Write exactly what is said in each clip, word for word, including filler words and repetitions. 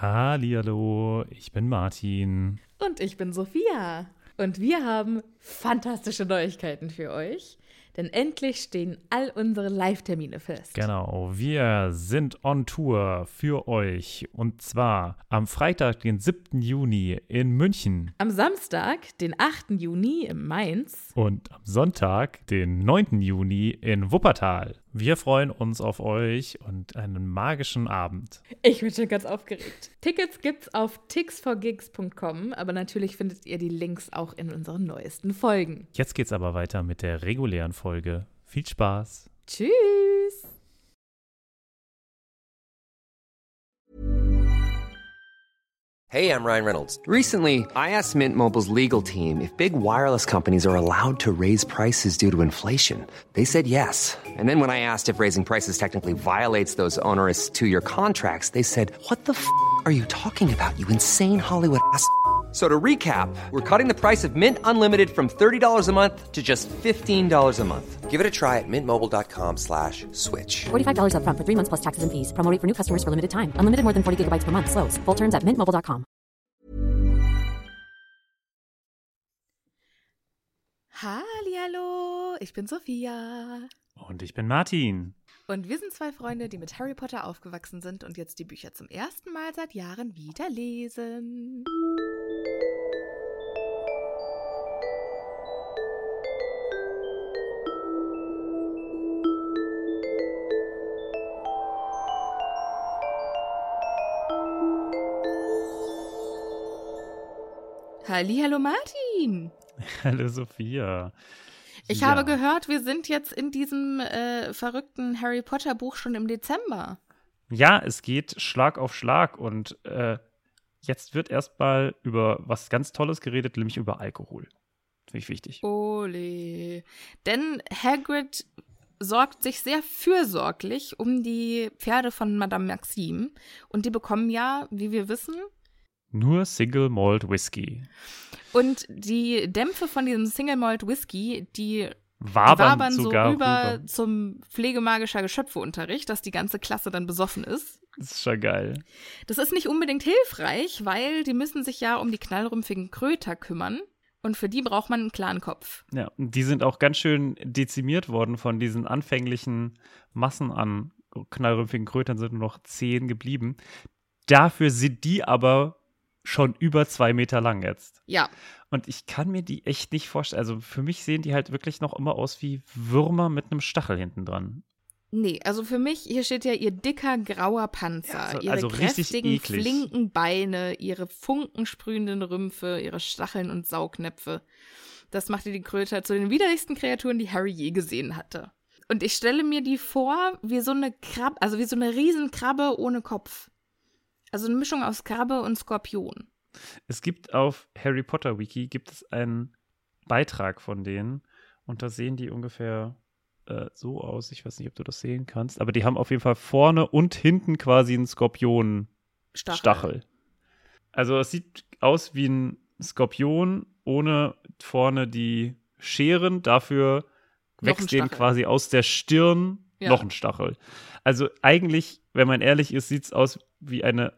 Hallihallo, ich bin Martin. Und ich bin Sophia. Und wir haben fantastische Neuigkeiten für euch. Denn endlich stehen all unsere Live-Termine fest. Genau, wir sind on Tour für euch. Und zwar am Freitag, den siebten Juni in München. Am Samstag, den achten Juni in Mainz. Und am Sonntag, den neunten Juni in Wuppertal. Wir freuen uns auf euch und einen magischen Abend. Ich bin schon ganz aufgeregt. Tickets gibt's auf tix for gigs punkt com, aber natürlich findet ihr die Links auch in unseren neuesten Folgen. Jetzt geht's aber weiter mit der regulären Folge. Viel Spaß. Tschüss. Hey, I'm Ryan Reynolds. Recently, I asked Mint Mobile's legal team if big wireless companies are allowed to raise prices due to inflation. They said yes. And then when I asked if raising prices technically violates those onerous two-year contracts, they said, what the f*** are you talking about, you insane Hollywood ass f- So to recap, we're cutting the price of Mint Unlimited from thirty dollars a month to just fifteen dollars a month. Give it a try at mintmobile.com slash switch. forty-five dollars up front for three months plus taxes and fees. Promo rate for new customers for limited time. Unlimited more than forty gigabytes per month. Slows full terms at mint mobile dot com. Hallihallo, ich bin Sophia. Und ich bin Martin. Und wir sind zwei Freunde, die mit Harry Potter aufgewachsen sind und jetzt die Bücher zum ersten Mal seit Jahren wieder lesen. Hallihallo Martin. Hallo Sophia. Ich ja. habe gehört, wir sind jetzt in diesem äh, verrückten Harry Potter Buch schon im Dezember. Ja, es geht Schlag auf Schlag und äh, jetzt wird erstmal über was ganz Tolles geredet, nämlich über Alkohol. Finde ich wichtig. Ole. Denn Hagrid sorgt sich sehr fürsorglich um die Pferde von Madame Maxime und die bekommen ja, wie wir wissen, nur Single Malt Whisky. Und die Dämpfe von diesem Single Malt Whisky, die wabern, wabern so sogar rüber, rüber zum pflegemagischer Geschöpfeunterricht, dass die ganze Klasse dann besoffen ist. Das ist schon geil. Das ist nicht unbedingt hilfreich, weil die müssen sich ja um die knallrümpfigen Kröter kümmern. Und für die braucht man einen klaren Kopf. Ja, und die sind auch ganz schön dezimiert worden von diesen anfänglichen Massen an knallrümpfigen Krötern, sind nur noch zehn geblieben. Dafür sind die aber schon über zwei Meter lang jetzt. Ja. Und ich kann mir die echt nicht vorstellen. Also für mich sehen die halt wirklich noch immer aus wie Würmer mit einem Stachel hinten dran. Nee, also für mich, hier steht ja ihr dicker grauer Panzer, Ja, also, ihre also kräftigen, flinken Beine, ihre funkensprühenden Rümpfe, ihre Stacheln und Saugnäpfe. Das machte die Kröter zu den widerlichsten Kreaturen, die Harry je gesehen hatte. Und ich stelle mir die vor wie so eine Krabbe, also wie so eine Riesenkrabbe ohne Kopf. Also eine Mischung aus Krabbe und Skorpion. Es gibt auf Harry Potter Wiki gibt es einen Beitrag von denen und da sehen die ungefähr äh, so aus. Ich weiß nicht, ob du das sehen kannst, aber die haben auf jeden Fall vorne und hinten quasi einen Skorpion-Stachel. Also es sieht aus wie ein Skorpion ohne vorne die Scheren. Dafür wächst denen quasi aus der Stirn ja. noch ein Stachel. Also eigentlich, wenn man ehrlich ist, sieht es aus wie eine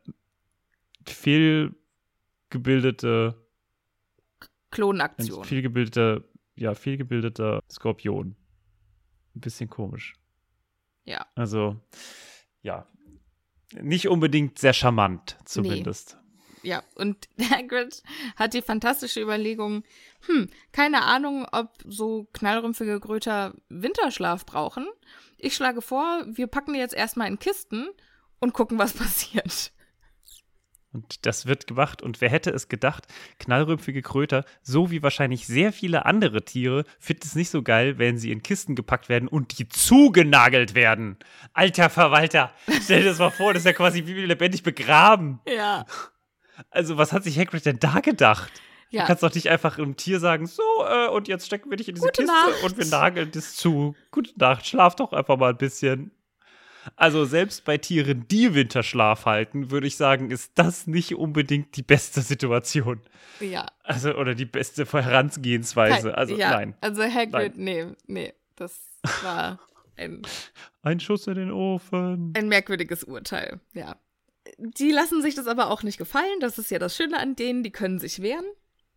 fehlgebildete Klonaktion. Ein fehlgebildeter, ja, fehlgebildeter Skorpion. Ein bisschen komisch. Ja. Also, ja. Nicht unbedingt sehr charmant, zumindest. Nee. Ja, und Hagrid hat die fantastische Überlegung, hm, keine Ahnung, ob so knallrümpfige Kröter Winterschlaf brauchen. Ich schlage vor, wir packen die jetzt erstmal in Kisten und gucken, was passiert. Und das wird gemacht. Und wer hätte es gedacht, knallrümpfige Kröter, so wie wahrscheinlich sehr viele andere Tiere, finden es nicht so geil, wenn sie in Kisten gepackt werden und die zugenagelt werden. Alter Verwalter, stell dir das mal vor, das ist ja quasi wie lebendig begraben. Ja. Also was hat sich Hagrid denn da gedacht? Ja. Du kannst doch nicht einfach einem Tier sagen, so, äh, und jetzt stecken wir dich in diese Gute Kiste Nacht. Und wir nageln das zu. Gute Nacht, schlaf doch einfach mal ein bisschen. Also selbst bei Tieren, die Winterschlaf halten, würde ich sagen, ist das nicht unbedingt die beste Situation. Ja. Also, oder die beste Herangehensweise. Also, ja, nein. Also Hagrid, nein. nee, nee, das war ein... ein Schuss in den Ofen. Ein merkwürdiges Urteil, ja. die lassen sich das aber auch nicht gefallen. Das ist ja das Schöne an denen, die können sich wehren.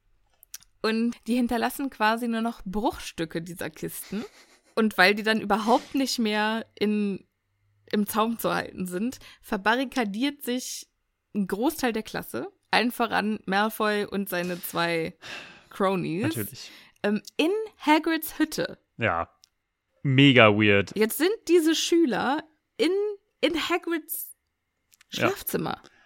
Und die hinterlassen quasi nur noch Bruchstücke dieser Kisten. Und weil die dann überhaupt nicht mehr in, im Zaum zu halten sind, verbarrikadiert sich ein Großteil der Klasse, allen voran Malfoy und seine zwei Cronies, Natürlich. Ähm, in Hagrids Hütte. Ja, mega weird. Jetzt sind diese Schüler in, in Hagrids Schlafzimmer. Ja.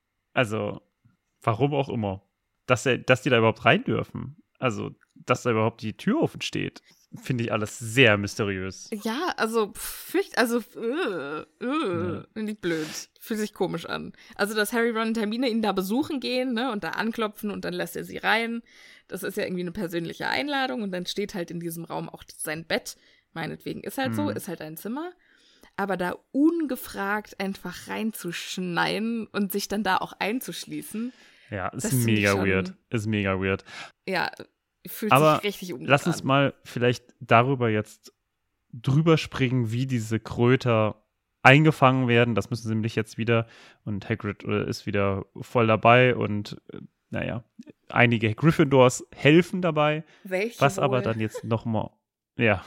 Also, warum auch immer. Dass, er, dass die da überhaupt rein dürfen. Also, dass da überhaupt die Tür offen steht, finde ich alles sehr mysteriös. Ja, also, fürcht, also, äh, äh, Ja. finde ich blöd. Fühlt sich komisch an. Also, dass Harry, Ron und Hermine ihn da besuchen gehen, ne, und da anklopfen und dann lässt er sie rein. Das ist ja irgendwie eine persönliche Einladung und dann steht halt in diesem Raum auch sein Bett. Meinetwegen ist halt so, Mhm. ist halt ein Zimmer. Aber da ungefragt einfach reinzuschneien und sich dann da auch einzuschließen, Ja, ist Das finde ich mega schon- weird. Ist mega weird. ja, fühlt Aber sich richtig ungut Lass uns an. mal vielleicht darüber jetzt drüber springen, wie diese Kröter eingefangen werden. Das müssen sie nämlich jetzt wieder. Und Hagrid äh, ist wieder voll dabei. Und äh, naja, einige Gryffindors helfen dabei. Welche Was wohl? aber dann jetzt nochmal, ja,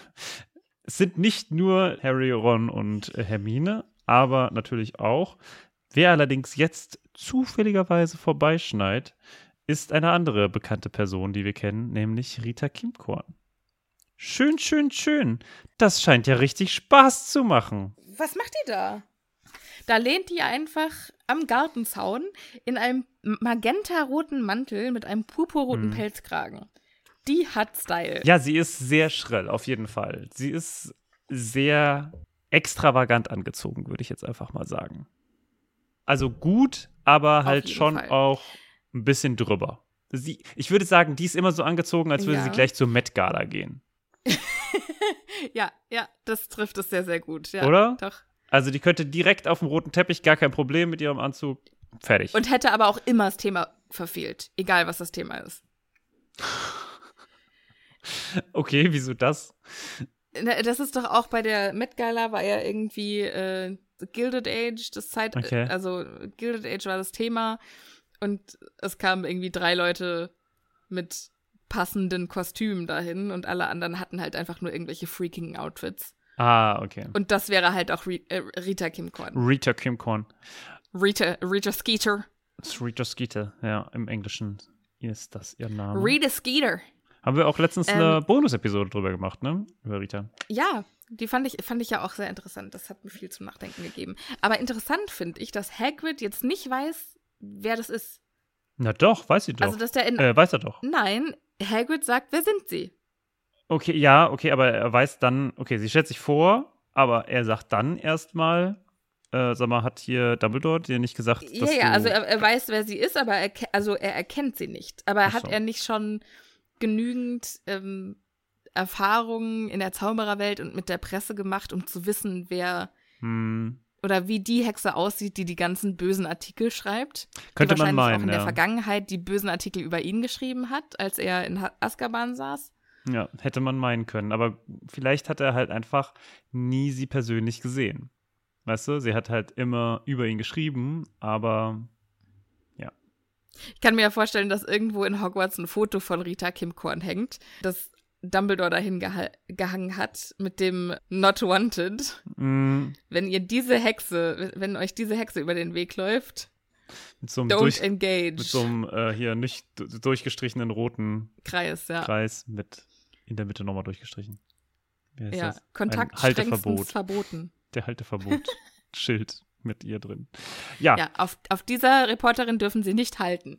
es sind nicht nur Harry, Ron und äh, Hermine, aber natürlich auch. Wer allerdings jetzt zufälligerweise vorbeischneit, ist eine andere bekannte Person, die wir kennen, nämlich Rita Kimkorn. Schön, schön, schön. Das scheint ja richtig Spaß zu machen. Was macht die da? Da lehnt die einfach am Gartenzaun in einem magentaroten Mantel mit einem purpurroten Hm. Pelzkragen. Die hat Style. Ja, sie ist sehr schrill, auf jeden Fall. Sie ist sehr extravagant angezogen, würde ich jetzt einfach mal sagen. Also gut, aber halt jeden schon Fall. auch ein bisschen drüber. Sie, ich würde sagen, die ist immer so angezogen, als würde Ja. sie gleich zur Met Gala gehen. Ja, ja, das trifft es sehr, sehr gut. Ja, Oder? Doch. Also die könnte direkt auf dem roten Teppich, gar kein Problem mit ihrem Anzug. Fertig. Und hätte aber auch immer das Thema verfehlt. Egal, was das Thema ist. Okay, wieso das? Na, Das ist doch auch bei der Met Gala, war ja irgendwie äh, Gilded Age, das Zeit, Okay. also Gilded Age war das Thema und es kamen irgendwie drei Leute mit passenden Kostümen dahin und alle anderen hatten halt einfach nur irgendwelche freaking Outfits. Ah, okay. Und das wäre halt auch Ri- äh, Rita Kimkorn. Rita Kimkorn. Rita, Rita Skeeter. Rita Skeeter, ja, im Englischen ist das ihr Name. Rita Skeeter. Haben wir auch letztens Ähm, eine Bonus-Episode drüber gemacht, ne? Über Rita. Ja, die fand ich, fand ich ja auch sehr interessant. Das hat mir viel zum Nachdenken gegeben. Aber interessant finde ich, dass Hagrid jetzt nicht weiß, wer das ist. Na doch, weiß sie doch. Also, dass der in. äh, weiß er doch. Nein, Hagrid sagt, wer sind sie? Okay, ja, okay, aber er weiß dann, okay, sie stellt sich vor, aber er sagt dann erstmal, äh, sag mal, hat hier Dumbledore dir nicht gesagt, dass Ja, ja, du also er, er weiß, wer sie ist, aber er, ke- also er erkennt sie nicht. Aber Ach hat so. er nicht schon genügend ähm, Erfahrungen in der Zaubererwelt und mit der Presse gemacht, um zu wissen, wer hm, oder wie die Hexe aussieht, die die ganzen bösen Artikel schreibt? könnte die man wahrscheinlich auch meinen, in der ja. Vergangenheit die bösen Artikel über ihn geschrieben hat, als er in Ha- Azkaban saß. Ja, hätte man meinen können. Aber vielleicht hat er halt einfach nie sie persönlich gesehen. Weißt du, sie hat halt immer über ihn geschrieben, aber Ich kann mir ja vorstellen, dass irgendwo in Hogwarts ein Foto von Rita Kimkorn hängt, das Dumbledore dahin geha gehangen hat mit dem Not Wanted. mh, Wenn ihr diese Hexe, wenn euch diese Hexe über den Weg läuft, mit so einem, don't durch, engage. mit so einem äh, hier nicht d- durchgestrichenen roten Kreis, ja. Kreis mit in der Mitte nochmal durchgestrichen. Wie heißt ja. das? Kontakt Ein strengstens Halteverbot. verboten. Der Halteverbot. Schild mit ihr drin. Ja, Ja, auf, auf dieser Reporterin dürfen sie nicht halten.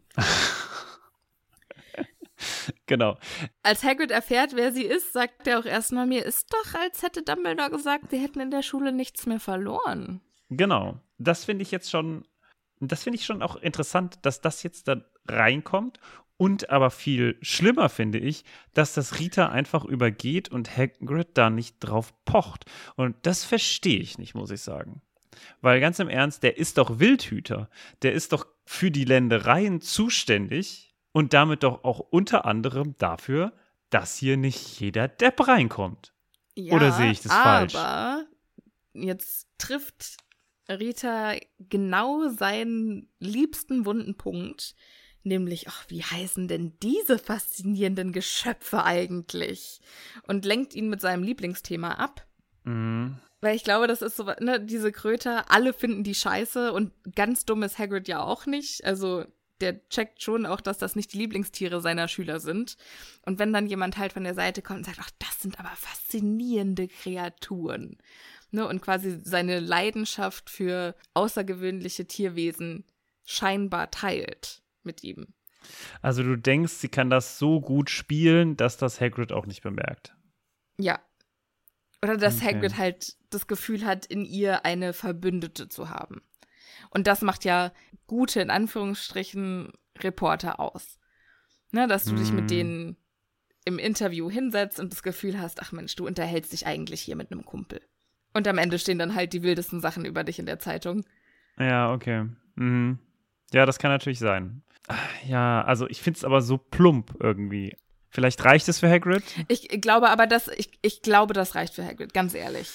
genau. Als Hagrid erfährt, wer sie ist, sagt er auch erstmal, mir ist doch, als hätte Dumbledore gesagt, sie hätten in der Schule nichts mehr verloren. Genau. Das finde ich jetzt schon, das finde ich schon auch interessant, dass das jetzt da reinkommt. Und aber viel schlimmer finde ich, dass das Rita einfach übergeht und Hagrid da nicht drauf pocht. Und das verstehe ich nicht, muss ich sagen. Weil ganz im Ernst, der ist doch Wildhüter. Der ist doch für die Ländereien zuständig und damit doch auch unter anderem dafür, dass hier nicht jeder Depp reinkommt. Ja, Oder sehe ich das aber falsch? Aber jetzt trifft Rita genau seinen liebsten wunden Punkt, nämlich, ach, wie heißen denn diese faszinierenden Geschöpfe eigentlich? Und lenkt ihn mit seinem Lieblingsthema ab. Mhm. Weil ich glaube, das ist so, ne, diese Kröter, alle finden die scheiße und ganz dumm ist Hagrid ja auch nicht. Also der checkt schon auch, dass das nicht die Lieblingstiere seiner Schüler sind. Und wenn dann jemand halt von der Seite kommt und sagt, ach, das sind aber faszinierende Kreaturen, ne, und quasi seine Leidenschaft für außergewöhnliche Tierwesen scheinbar teilt mit ihm. Also du denkst, sie kann das so gut spielen, dass das Hagrid auch nicht bemerkt. Ja. Oder dass Okay. Hagrid halt das Gefühl hat, in ihr eine Verbündete zu haben. Und das macht ja gute, in Anführungsstrichen, Reporter aus. Ne, dass du dich Hm. mit denen im Interview hinsetzt und das Gefühl hast, ach Mensch, du unterhältst dich eigentlich hier mit einem Kumpel. Und am Ende stehen dann halt die wildesten Sachen über dich in der Zeitung. Ja, okay. Mhm. Ja, das kann natürlich sein. Ah, Ja, also ich finde es aber so plump irgendwie. Vielleicht reicht es für Hagrid? Ich glaube aber, dass, ich, ich glaube, das reicht für Hagrid, ganz ehrlich.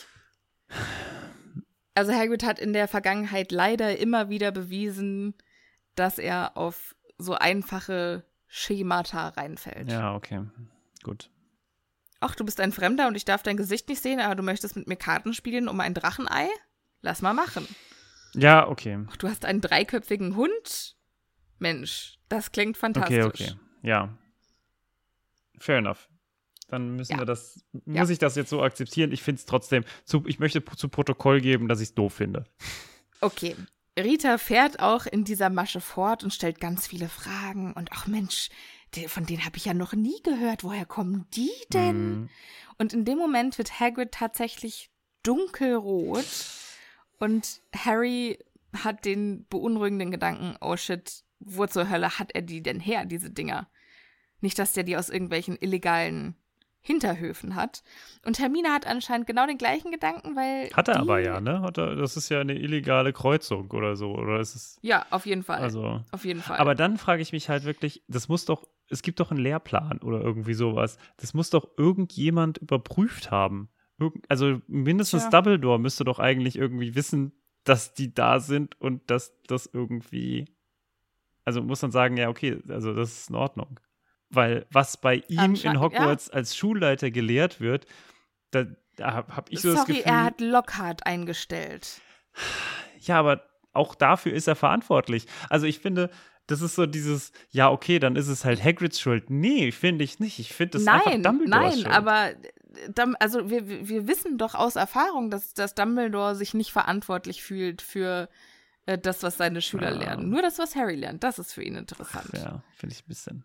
Also Hagrid hat in der Vergangenheit leider immer wieder bewiesen, dass er auf so einfache Schemata reinfällt. Ja, okay. Gut. Ach, du bist ein Fremder und ich darf dein Gesicht nicht sehen, aber du möchtest mit mir Karten spielen um ein Drachenei? Lass mal machen. Ja, okay. Ach, du hast einen dreiköpfigen Hund? Mensch, das klingt fantastisch. Okay, okay. Ja. Fair enough. Dann müssen Ja. wir das, muss Ja. ich das jetzt so akzeptieren? Ich finde es trotzdem, zu, ich möchte zu Protokoll geben, dass ich es doof finde. Okay. Rita fährt auch in dieser Masche fort und stellt ganz viele Fragen. Und ach Mensch, die, von denen habe ich ja noch nie gehört. Woher kommen die denn? Mhm. Und in dem Moment wird Hagrid tatsächlich dunkelrot. Und Harry hat den beunruhigenden Gedanken, oh shit, wo zur Hölle hat er die denn her, diese Dinger? Nicht, dass der die aus irgendwelchen illegalen Hinterhöfen hat. Und Hermine hat anscheinend genau den gleichen Gedanken, weil Hat er die, aber ja, ne? Hat er, das ist ja eine illegale Kreuzung oder so, oder ist es? Ja, auf jeden Fall. Also, auf jeden Fall. aber dann frage ich mich halt wirklich, das muss doch, es gibt doch einen Lehrplan oder irgendwie sowas. Das muss doch irgendjemand überprüft haben. Irgend, also mindestens Tja. Dumbledore müsste doch eigentlich irgendwie wissen, dass die da sind und dass das irgendwie, also muss man sagen, ja, okay, also das ist in Ordnung. Weil was bei ihm Ansche- in Hogwarts als Schulleiter gelehrt wird, da, da habe hab ich so das Sorry, Gefühl. er hat Lockhart eingestellt. Ja, aber auch dafür ist er verantwortlich. Also ich finde, das ist so dieses, ja, okay, dann ist es halt Hagrids Schuld. Nee, finde ich nicht. Ich finde das einfach Nein, Dumbledores nein, Schuld. aber Dum- also wir, wir wissen doch aus Erfahrung, dass, dass Dumbledore sich nicht verantwortlich fühlt für äh, das, was seine Schüler Ja. lernen. Nur das, was Harry lernt, das ist für ihn interessant. Ja, finde ich ein bisschen.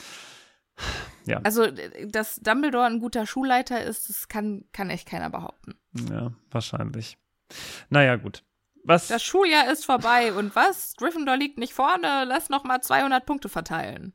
Ja, Also, dass Dumbledore ein guter Schulleiter ist, das kann, kann echt keiner behaupten. ja, wahrscheinlich. Naja, gut. Was? Das Schuljahr ist vorbei und was? Gryffindor liegt nicht vorne, lass noch mal zweihundert Punkte verteilen.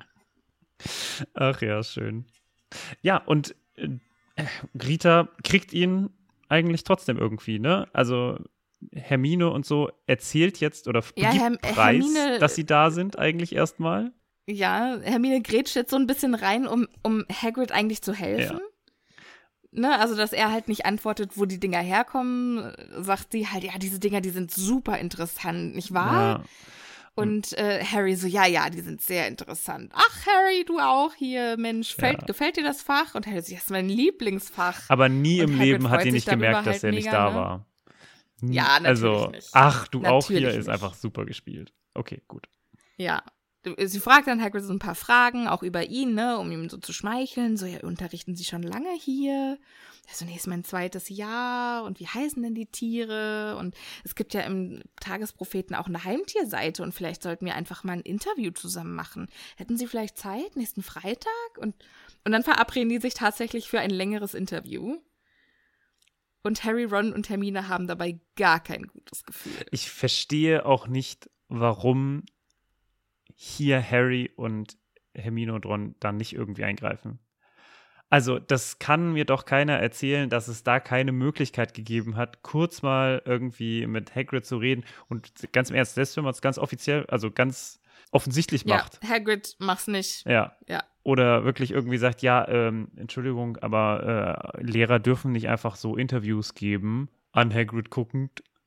Ach ja, schön. Ja, und äh, Rita kriegt ihn eigentlich trotzdem irgendwie, ne? Also Hermine und so erzählt jetzt oder Ja, gibt Herm- Preis, Hermine- dass sie da sind eigentlich erstmal. Ja, Hermine grätscht jetzt so ein bisschen rein, um, um Hagrid eigentlich zu helfen. Ne, also, dass er halt nicht antwortet, wo die Dinger herkommen, sagt sie halt, ja, diese Dinger, die sind super interessant, nicht wahr? Ja. Und äh, Harry so, ja, ja, die sind sehr interessant. Ach, Harry, du auch hier, Mensch, fällt, Ja. gefällt dir das Fach? Und Harry so, das ist mein Lieblingsfach. Aber nie Und im Hagrid Leben hat freut die sich nicht darüber gemerkt, dass halt er nicht mega, da ne? war. Nie- Ja, natürlich also, nicht. Ach, du auch hier Natürlich ist nicht. einfach super gespielt. Okay, gut. Ja. Sie fragt dann Hagrid so ein paar Fragen, auch über ihn, ne, um ihm so zu schmeicheln. So, ja, unterrichten Sie schon lange hier? Er so, nee, ist mein zweites Jahr. Und wie heißen denn die Tiere? Und es gibt ja im Tagespropheten auch eine Heimtierseite und vielleicht sollten wir einfach mal ein Interview zusammen machen. Hätten Sie vielleicht Zeit, nächsten Freitag? Und, und dann verabreden die sich tatsächlich für ein längeres Interview. Und Harry, Ron und Hermine haben dabei gar kein gutes Gefühl. Ich verstehe auch nicht, warum hier Harry und Hermine und Ron dann nicht irgendwie eingreifen. Also, das kann mir doch keiner erzählen, dass es da keine Möglichkeit gegeben hat, kurz mal irgendwie mit Hagrid zu reden. Und ganz im Ernst, selbst wenn man es ganz offiziell, also ganz offensichtlich macht. Ja, Hagrid mach's nicht. Ja. Ja. Oder wirklich irgendwie sagt, ja, ähm, Entschuldigung, aber äh, Lehrer dürfen nicht einfach so Interviews geben, an Hagrid guckend,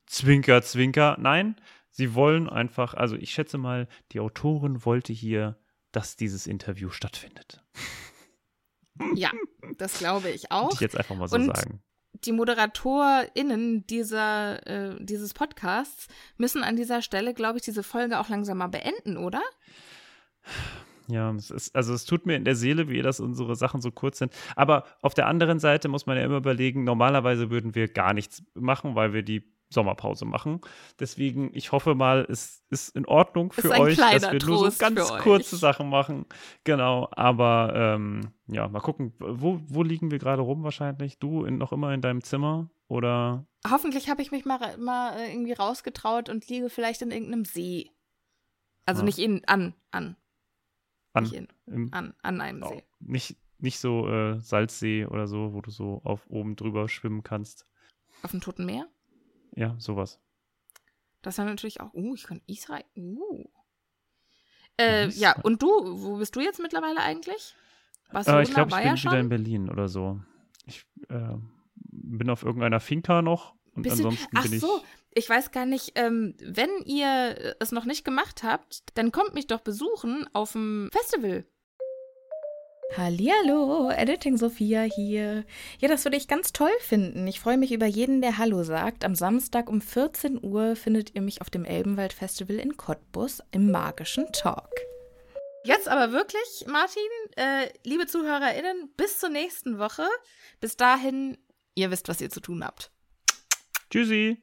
Zwinker, Zwinker. Nein, sie wollen einfach, also ich schätze mal, die Autorin wollte hier, dass dieses Interview stattfindet. Ja, das glaube ich auch. Muss ich jetzt einfach mal so Und sagen. Die ModeratorInnen dieser, äh, dieses Podcasts müssen an dieser Stelle, glaube ich, diese Folge auch langsam mal beenden, oder? Ja, es ist, also es tut mir in der Seele weh, dass unsere Sachen so kurz sind. Aber auf der anderen Seite muss man ja immer überlegen, normalerweise würden wir gar nichts machen, weil wir die Sommerpause machen. Deswegen, ich hoffe mal, es ist in Ordnung für euch, dass wir nur so ganz kurze Sachen machen. Genau, aber ähm, ja, mal gucken, wo, wo liegen wir gerade rum wahrscheinlich? Du in, noch immer in deinem Zimmer oder? Hoffentlich habe ich mich mal, mal irgendwie rausgetraut und liege vielleicht in irgendeinem See. Also ja. nicht in, an, an. An, nicht in, im, an, an einem oh, See. Nicht, nicht so äh, Salzsee oder so, wo du so auf oben drüber schwimmen kannst. Auf dem Toten Meer? Ja, sowas. Das war natürlich auch, uh, ich kann Israel, uh. Äh, Israel. Ja, und du, wo bist du jetzt mittlerweile eigentlich? Barcelona, äh, ich glaube, ich bin ja wieder in Berlin oder so. Ich äh, bin auf irgendeiner Finca noch und Bisschen, ansonsten ach bin ich... Ach so, ich weiß gar nicht, ähm, wenn ihr es noch nicht gemacht habt, dann kommt mich doch besuchen auf dem Festival. Hallihallo, Editing Sophia hier. Ja, das würde ich ganz toll finden. Ich freue mich über jeden, der Hallo sagt. Am Samstag um vierzehn Uhr findet ihr mich auf dem Elbenwald Festival in Cottbus im Magischen Talk. Jetzt aber wirklich, Martin, äh, liebe ZuhörerInnen, bis zur nächsten Woche. Bis dahin, ihr wisst, was ihr zu tun habt. Tschüssi.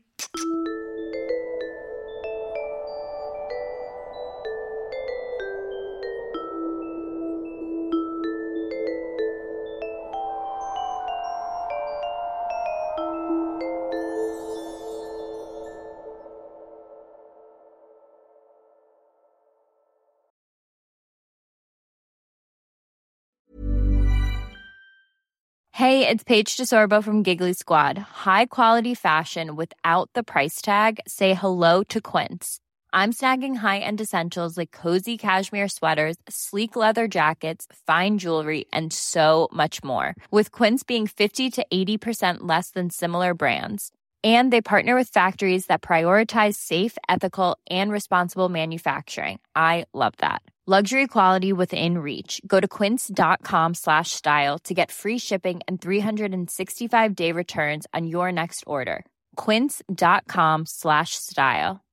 Hey, it's Paige DeSorbo from Giggly Squad. High quality fashion without the price tag. Say hello to Quince. I'm snagging high-end essentials like cozy cashmere sweaters, sleek leather jackets, fine jewelry, and so much more. With Quince being fifty to eighty percent less than similar brands. And they partner with factories that prioritize safe, ethical, and responsible manufacturing. I love that. Luxury quality within reach. Go to quince.com slash style to get free shipping and three sixty-five day returns on your next order. Quince.com slash style.